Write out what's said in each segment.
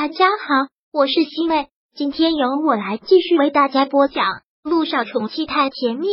大家好，我是西妹，今天由我来继续为大家播讲《陆少宠妻太甜蜜》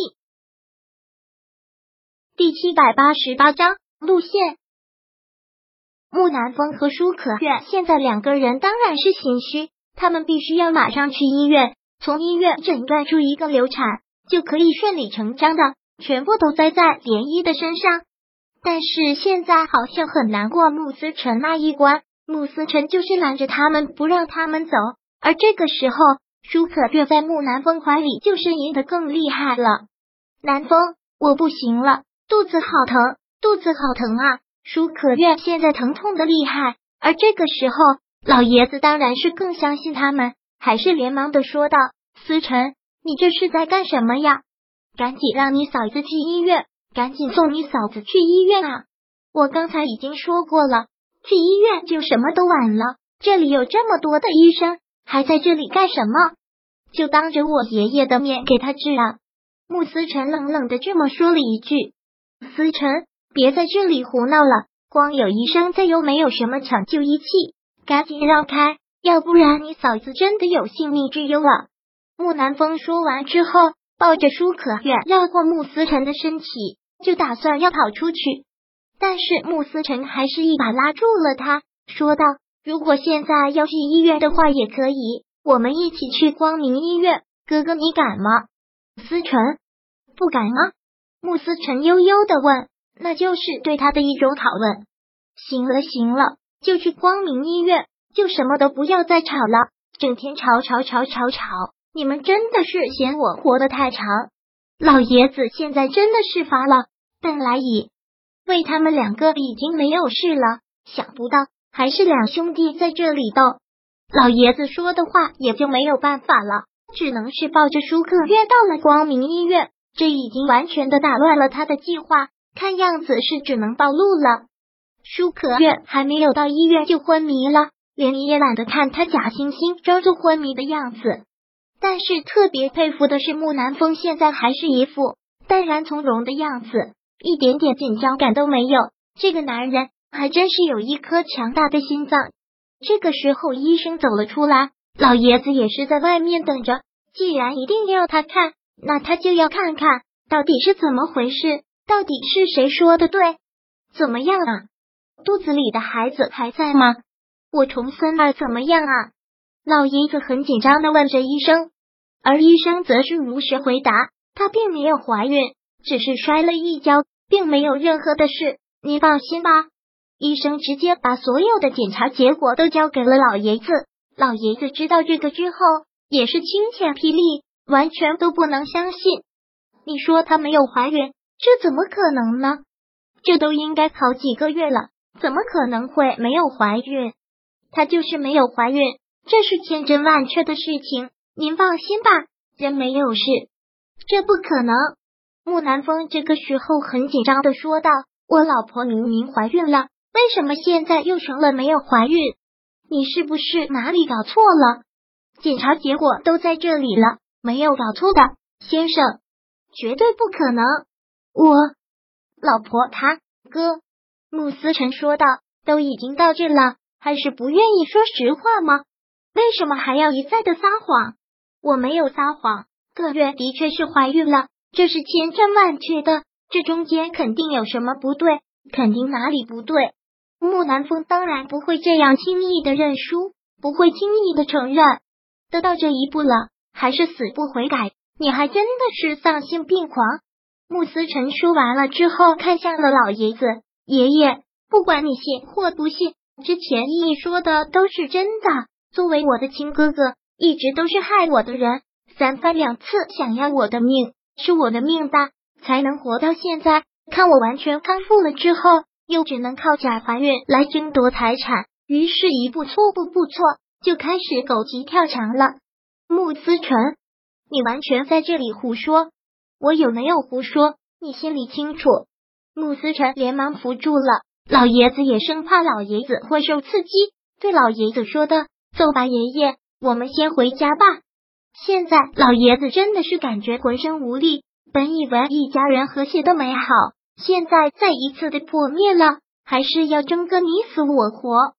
第788章路线。木南风和舒可月现在两个人当然是心虚，他们必须要马上去医院，从医院诊断出一个流产，就可以顺理成章的全部都栽在涟漪的身上。但是现在好像很难过穆思辰那一关，穆思辰就是拦着他们不让他们走，而这个时候舒可月在木南风怀里就呻吟得更厉害了。南风，我不行了，肚子好疼，肚子好疼啊！舒可月现在疼痛的厉害，而这个时候老爷子当然是更相信他们，还是连忙的说道：思辰，你这是在干什么呀？赶紧让你嫂子去医院，赶紧送你嫂子去医院啊！我刚才已经说过了，去医院就什么都晚了，这里有这么多的医生，还在这里干什么？就当着我爷爷的面给他治啊！穆思辰冷冷的这么说了一句。思辰，别在这里胡闹了，光有医生在又没有什么抢救仪器，赶紧让开，要不然你嫂子真的有性命之忧了。木南风说完之后，抱着舒可月绕过穆思辰的身体，就打算要跑出去，但是穆思辰还是一把拉住了他，说道：如果现在要去医院的话也可以，我们一起去光明医院，哥哥你敢吗？思辰，不敢吗？穆思辰悠悠的问，那就是对他的一种拷问。行了行了，就去光明医院，就什么都不要再吵了，整天吵，你们真的是嫌我活得太长。老爷子现在真的是发了，本来以为他们两个已经没有事了，想不到还是两兄弟在这里斗。老爷子说的话也就没有办法了，只能是抱着舒可月到了光明医院，这已经完全的打乱了他的计划，看样子是只能暴露了。舒可月还没有到医院就昏迷了，连你也懒得看他假惺惺装作昏迷的样子。但是特别佩服的是木南风现在还是一副淡然从容的样子，一点点紧张感都没有，这个男人还真是有一颗强大的心脏。这个时候医生走了出来，老爷子也是在外面等着，既然一定要他看，那他就要看看到底是怎么回事，到底是谁说的对。怎么样啊？肚子里的孩子还在吗？我重孙儿怎么样啊？老爷子很紧张的问着医生，而医生则是如实回答，她并没有怀孕，只是摔了一跤，并没有任何的事，您放心吧。医生直接把所有的检查结果都交给了老爷子，老爷子知道这个之后也是晴天霹雳，完全都不能相信。你说她没有怀孕，这怎么可能呢？这都应该好几个月了，怎么可能会没有怀孕？她就是没有怀孕，这是千真万确的事情，您放心吧，人没有事。这不可能。木南风这个时候很紧张的说道，我老婆明明怀孕了，为什么现在又成了没有怀孕？你是不是哪里搞错了？检查结果都在这里了，没有搞错的，先生，绝对不可能。我老婆她哥，穆思辰说道，都已经到这了，还是不愿意说实话吗？为什么还要一再的撒谎？我没有撒谎，个月的确是怀孕了，这是千真万确的，这中间肯定有什么不对，肯定哪里不对。木南风当然不会这样轻易的认输，不会轻易的承认，都到这一步了，还是死不悔改，你还真的是丧心病狂。穆思辰说完了之后，看向了老爷子，爷爷，不管你信或不信，之前依依说的都是真的，作为我的亲哥哥，一直都是害我的人，三番两次想要我的命，是我的命大，才能活到现在，看我完全康复了之后，又只能靠假怀孕来争夺财产，于是一步错步不错，就开始狗急跳墙了。穆思辰，你完全在这里胡说，我有没有胡说，你心里清楚。穆思辰连忙扶住了，老爷子也生怕老爷子会受刺激，对老爷子说的，走吧爷爷，我们先回家吧。现在老爷子真的是感觉浑身无力，本以为一家人和谐的美好，现在再一次的破灭了，还是要争个你死我活。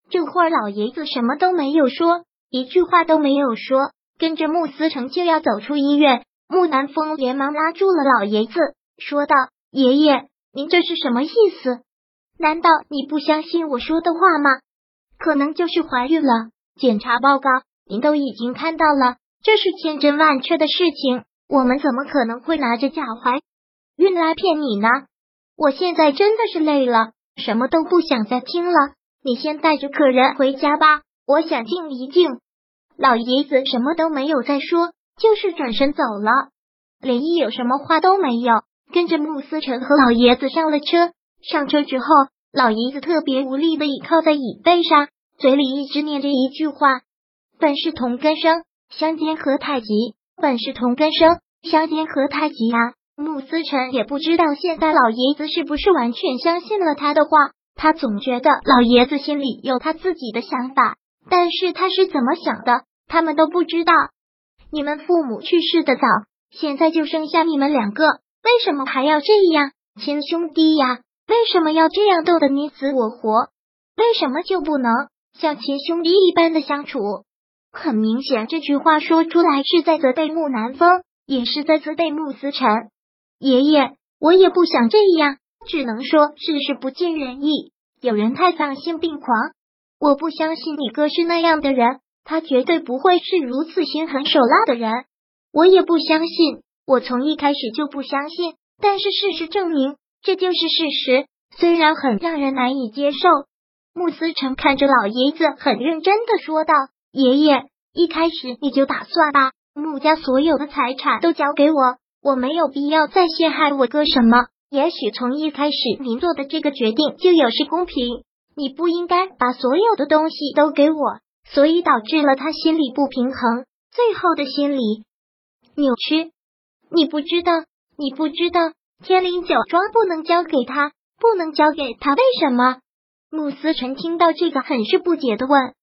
这会儿老爷子什么都没有说，一句话都没有说，跟着穆思成就要走出医院。穆南风连忙拉住了老爷子，说道：“爷爷，您这是什么意思？难道你不相信我说的话吗？可能就是怀孕了，检查报告您都已经看到了，这是千真万确的事情，我们怎么可能会拿着假怀孕来骗你呢？我现在真的是累了，什么都不想再听了，你先带着客人回家吧，我想静一静。”老爷子什么都没有再说，就是转身走了，连一有什么话都没有，跟着穆思成和老爷子上了车。上车之后，老爷子特别无力的倚靠在椅背上，嘴里一直念着一句话：本是同根生，相煎何太急，本是同根生，相煎何太急啊。穆思成也不知道现在老爷子是不是完全相信了他的话，他总觉得老爷子心里有他自己的想法，但是他是怎么想的，他们都不知道。你们父母去世的早，现在就剩下你们两个，为什么还要这样？亲兄弟呀，为什么要这样斗得你死我活？为什么就不能像亲兄弟一般的相处？很明显，这句话说出来是在责备穆南风，也是在责备穆思成。爷爷，我也不想这样，只能说世事不尽人意，有人太丧心病狂。我不相信你哥是那样的人，他绝对不会是如此心狠手辣的人。我也不相信，我从一开始就不相信，但是事实证明，这就是事实，虽然很让人难以接受。穆思成看着老爷子，很认真的说道：“爷爷，一开始你就打算把穆家所有的财产都交给我，我没有必要再陷害我哥什么。也许从一开始您做的这个决定就有失公平，你不应该把所有的东西都给我，所以导致了他心理不平衡，最后的心理扭曲。你不知道，天灵酒庄不能交给他，不能交给他，为什么？”穆思成听到这个很是不解的问。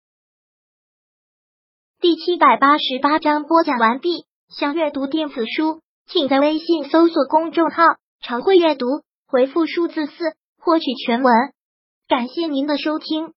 第788章播讲完毕。想阅读电子书，请在微信搜索公众号常会阅读，回复数字4获取全文。感谢您的收听。